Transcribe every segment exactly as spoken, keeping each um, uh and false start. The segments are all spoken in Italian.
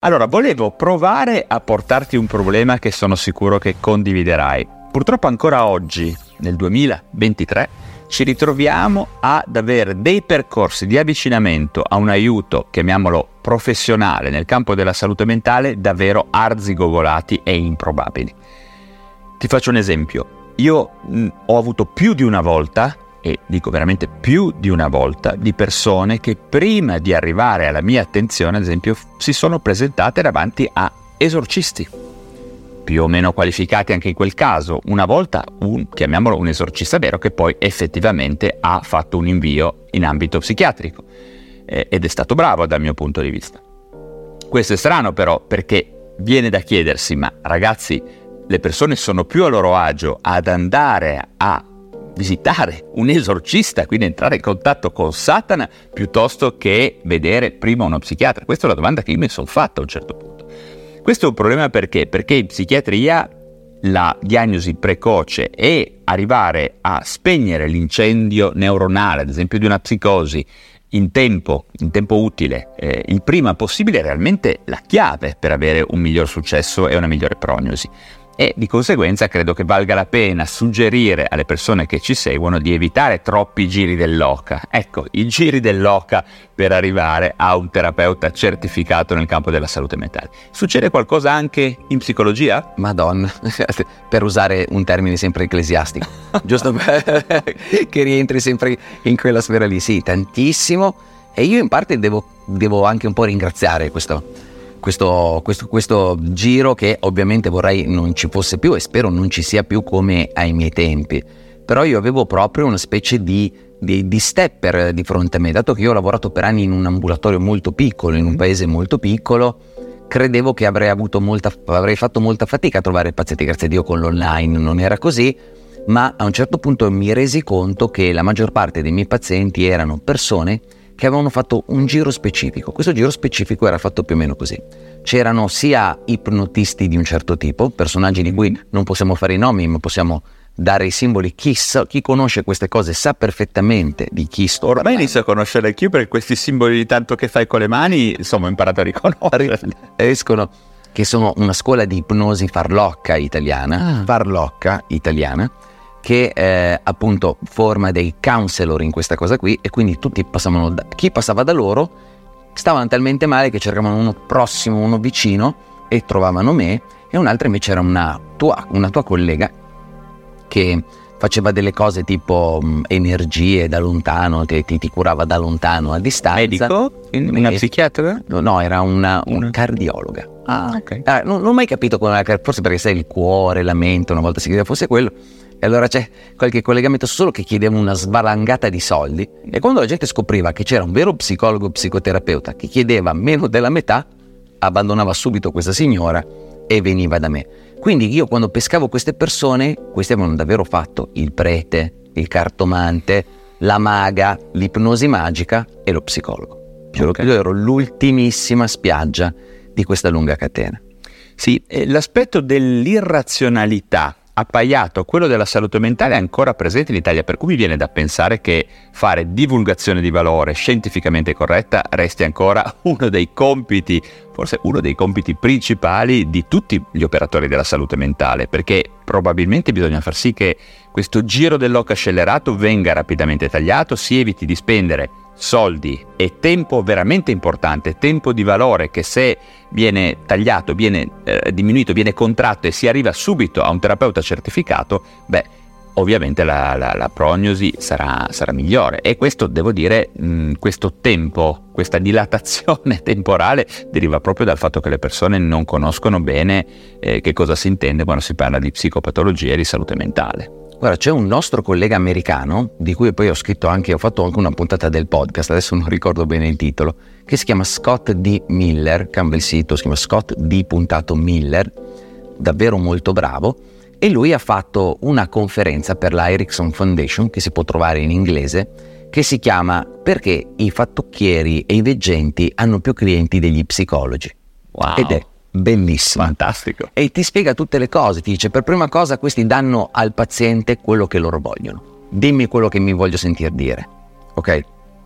Allora, volevo provare a portarti un problema che sono sicuro che condividerai. Purtroppo ancora oggi, nel duemilaventitré, ci ritroviamo ad avere dei percorsi di avvicinamento a un aiuto, chiamiamolo professionale, nel campo della salute mentale, davvero arzigogolati e improbabili. Ti faccio un esempio. Io mh, ho avuto più di una volta, e dico veramente più di una volta, di persone che prima di arrivare alla mia attenzione, ad esempio, si sono presentate davanti a esorcisti, più o meno qualificati anche in quel caso. Una volta, un, chiamiamolo un esorcista vero, che poi effettivamente ha fatto un invio in ambito psichiatrico, eh, ed è stato bravo dal mio punto di vista. Questo è strano però, perché viene da chiedersi, ma ragazzi, le persone sono più a loro agio ad andare a visitare un esorcista, quindi entrare in contatto con Satana, piuttosto che vedere prima uno psichiatra? Questa è la domanda che io mi sono fatta a un certo punto. Questo è un problema perché? Perché in psichiatria la diagnosi precoce e arrivare a spegnere l'incendio neuronale, ad esempio di una psicosi, in tempo, in tempo utile, eh, il prima possibile, è realmente la chiave per avere un miglior successo e una migliore prognosi. E di conseguenza credo che valga la pena suggerire alle persone che ci seguono di evitare troppi giri dell'oca. Ecco, i giri dell'oca per arrivare a un terapeuta certificato nel campo della salute mentale. Succede qualcosa anche in psicologia? Madonna, per usare un termine sempre ecclesiastico, giusto che rientri sempre in quella sfera lì. Sì, tantissimo. E io in parte devo, devo anche un po' ringraziare questo Questo, questo, questo giro, che ovviamente vorrei non ci fosse più e spero non ci sia più come ai miei tempi, però io avevo proprio una specie di, di, di stepper di fronte a me, dato che io ho lavorato per anni in un ambulatorio molto piccolo, in un paese molto piccolo. Credevo che avrei avuto molta, avrei fatto molta fatica a trovare pazienti, grazie a Dio con l'online non era così, ma a un certo punto mi resi conto che la maggior parte dei miei pazienti erano persone che avevano fatto un giro specifico. Questo giro specifico era fatto più o meno così. C'erano sia ipnotisti di un certo tipo, personaggi di cui non possiamo fare i nomi, ma possiamo dare i simboli. Chi, sa, chi conosce queste cose sa perfettamente di chi sto parlando. Ormai inizio a conoscere anch'io, perché questi simboli di tanto che fai con le mani, insomma, ho imparato a riconoscerli. Escono, che sono una scuola di ipnosi farlocca italiana, ah. farlocca italiana, che eh, appunto forma dei counselor in questa cosa qui, e quindi tutti passavano da, chi passava da loro stavano talmente male che cercavano uno prossimo, uno vicino, e trovavano me. E un'altra invece era una tua, una tua collega che faceva delle cose tipo mh, energie da lontano, ti, ti, ti curava da lontano, a distanza. Medico? Una e, psichiatra? No, no, era una, una cardiologa. Ah, ok. Ah, non, non ho mai capito come, forse perché sai il cuore, la mente, una volta si credeva fosse quello. E allora c'è qualche collegamento, solo che chiedeva una svalangata di soldi, e quando la gente scopriva che c'era un vero psicologo psicoterapeuta che chiedeva meno della metà, abbandonava subito questa signora e veniva da me. Quindi io, quando pescavo queste persone, questi avevano davvero fatto il prete, il cartomante, la maga, l'ipnosi magica e lo psicologo. Giuro okay. che io ero l'ultimissima spiaggia di questa lunga catena. Sì, eh, l'aspetto dell'irrazionalità appaiato, quello della salute mentale, è ancora presente in Italia, per cui mi viene da pensare che fare divulgazione di valore scientificamente corretta resti ancora uno dei compiti, forse uno dei compiti principali di tutti gli operatori della salute mentale, perché probabilmente bisogna far sì che questo giro dell'oca scellerato venga rapidamente tagliato, si eviti di spendere soldi e tempo veramente importante, tempo di valore che, se viene tagliato, viene eh, diminuito, viene contratto e si arriva subito a un terapeuta certificato, beh, ovviamente la, la, la prognosi sarà, sarà migliore. E questo, devo dire, mh, questo tempo, questa dilatazione temporale deriva proprio dal fatto che le persone non conoscono bene eh, che cosa si intende quando si parla di psicopatologia e di salute mentale. Guarda, c'è un nostro collega americano, di cui poi ho scritto anche, ho fatto anche una puntata del podcast, adesso non ricordo bene il titolo, che si chiama Scott D. Miller, cambia il sito, si chiama Scott D. Miller, davvero molto bravo, e lui ha fatto una conferenza per la Erickson Foundation, che si può trovare in inglese, che si chiama Perché i fattocchieri e i veggenti hanno più clienti degli psicologi. Wow. Ed è bellissimo, fantastico, e ti spiega tutte le cose. Ti dice: per prima cosa, questi danno al paziente quello che loro vogliono, dimmi quello che mi voglio sentir dire, ok?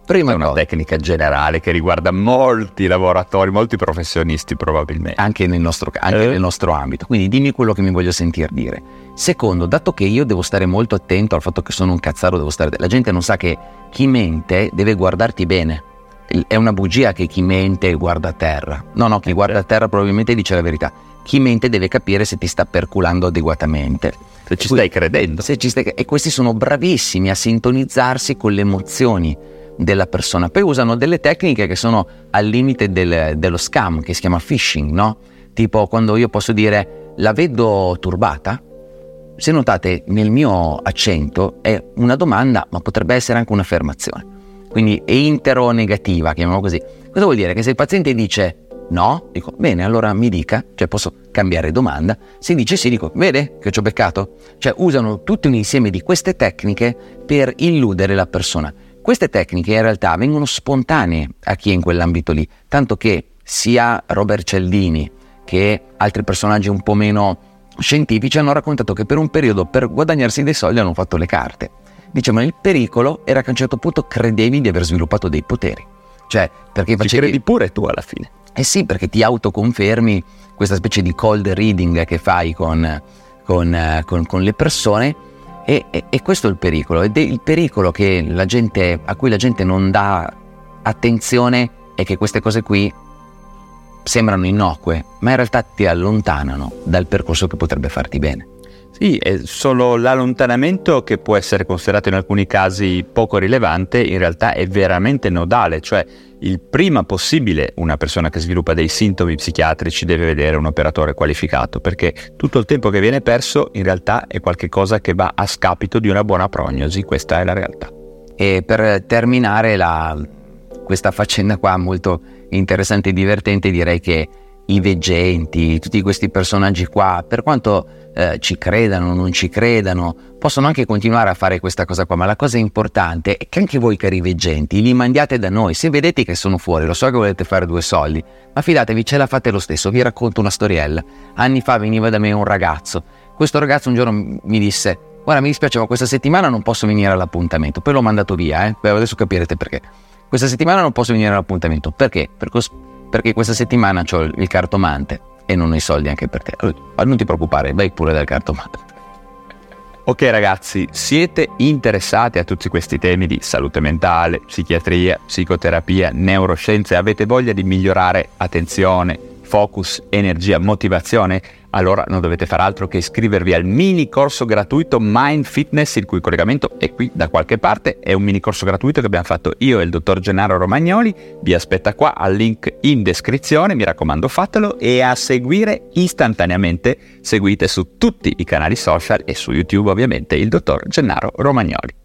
Prima è una cosa. tecnica generale che riguarda molti lavoratori, molti professionisti probabilmente. Anche nel nostro, anche eh. nel nostro ambito. Quindi dimmi quello che mi voglio sentir dire. Secondo, dato che io devo stare molto attento al fatto che sono un cazzaro, devo stare... La gente non sa che chi mente deve guardarti bene. È una bugia che chi mente guarda a terra. No, no, chi guarda a terra probabilmente dice la verità. Chi mente deve capire se ti sta perculando adeguatamente. Se ci stai credendo. Se ci stai... E questi sono bravissimi a sintonizzarsi con le emozioni della persona. Poi usano delle tecniche che sono al limite del, dello scam, che si chiama phishing, no? Tipo quando io posso dire la vedo turbata. Se notate nel mio accento è una domanda, ma potrebbe essere anche un'affermazione. Quindi è intero-negativa, chiamiamolo così. Cosa vuol dire? Che se il paziente dice no, dico bene, allora mi dica, cioè posso cambiare domanda. Se dice sì, dico vede che ci ho beccato. Cioè usano tutto un insieme di queste tecniche per illudere la persona. Queste tecniche in realtà vengono spontanee a chi è in quell'ambito lì, tanto che sia Robert Cialdini che altri personaggi un po' meno scientifici hanno raccontato che per un periodo, per guadagnarsi dei soldi, hanno fatto le carte. Diciamo, il pericolo era che a un certo punto credevi di aver sviluppato dei poteri. Cioè, perché facevi... Ci credi pure tu alla fine. Eh sì, perché ti autoconfermi questa specie di cold reading che fai con, con, con, con le persone e, e, e questo è il pericolo. Ed è il pericolo che la gente, a cui la gente non dà attenzione è che queste cose qui sembrano innocue, ma in realtà ti allontanano dal percorso che potrebbe farti bene. Sì, è solo l'allontanamento che può essere considerato in alcuni casi poco rilevante, in realtà è veramente nodale, cioè il prima possibile una persona che sviluppa dei sintomi psichiatrici deve vedere un operatore qualificato, perché tutto il tempo che viene perso in realtà è qualcosa che va a scapito di una buona prognosi, questa è la realtà. E per terminare la, questa faccenda qua molto interessante e divertente, direi che i veggenti, tutti questi personaggi qua, per quanto eh, ci credano, non ci credano, possono anche continuare a fare questa cosa qua, ma la cosa importante è che anche voi, cari veggenti, li mandiate da noi. Se vedete che sono fuori, lo so che volete fare due soldi, ma fidatevi, ce la fate lo stesso. Vi racconto una storiella. Anni fa veniva da me un ragazzo. Questo ragazzo un giorno mi disse: guarda, mi dispiace, ma questa settimana non posso venire all'appuntamento. Poi l'ho mandato via, eh. Beh, adesso capirete perché. Questa settimana non posso venire all'appuntamento. Perché? Perché, perché questa settimana ho il cartomante e non ho i soldi anche per te. Allora, non ti preoccupare, vai pure dal cartomante. Ok ragazzi, siete interessati a tutti questi temi di salute mentale, psichiatria, psicoterapia, neuroscienze? Avete voglia di migliorare attenzione, focus, energia, motivazione? Allora non dovete fare altro che iscrivervi al mini corso gratuito Mind Fitness, il cui collegamento è qui da qualche parte. È un mini corso gratuito che abbiamo fatto io e il dottor Gennaro Romagnoli. Vi aspetta qua al link in descrizione, mi raccomando fatelo, e a seguire istantaneamente seguite su tutti i canali social e su YouTube ovviamente il dottor Gennaro Romagnoli.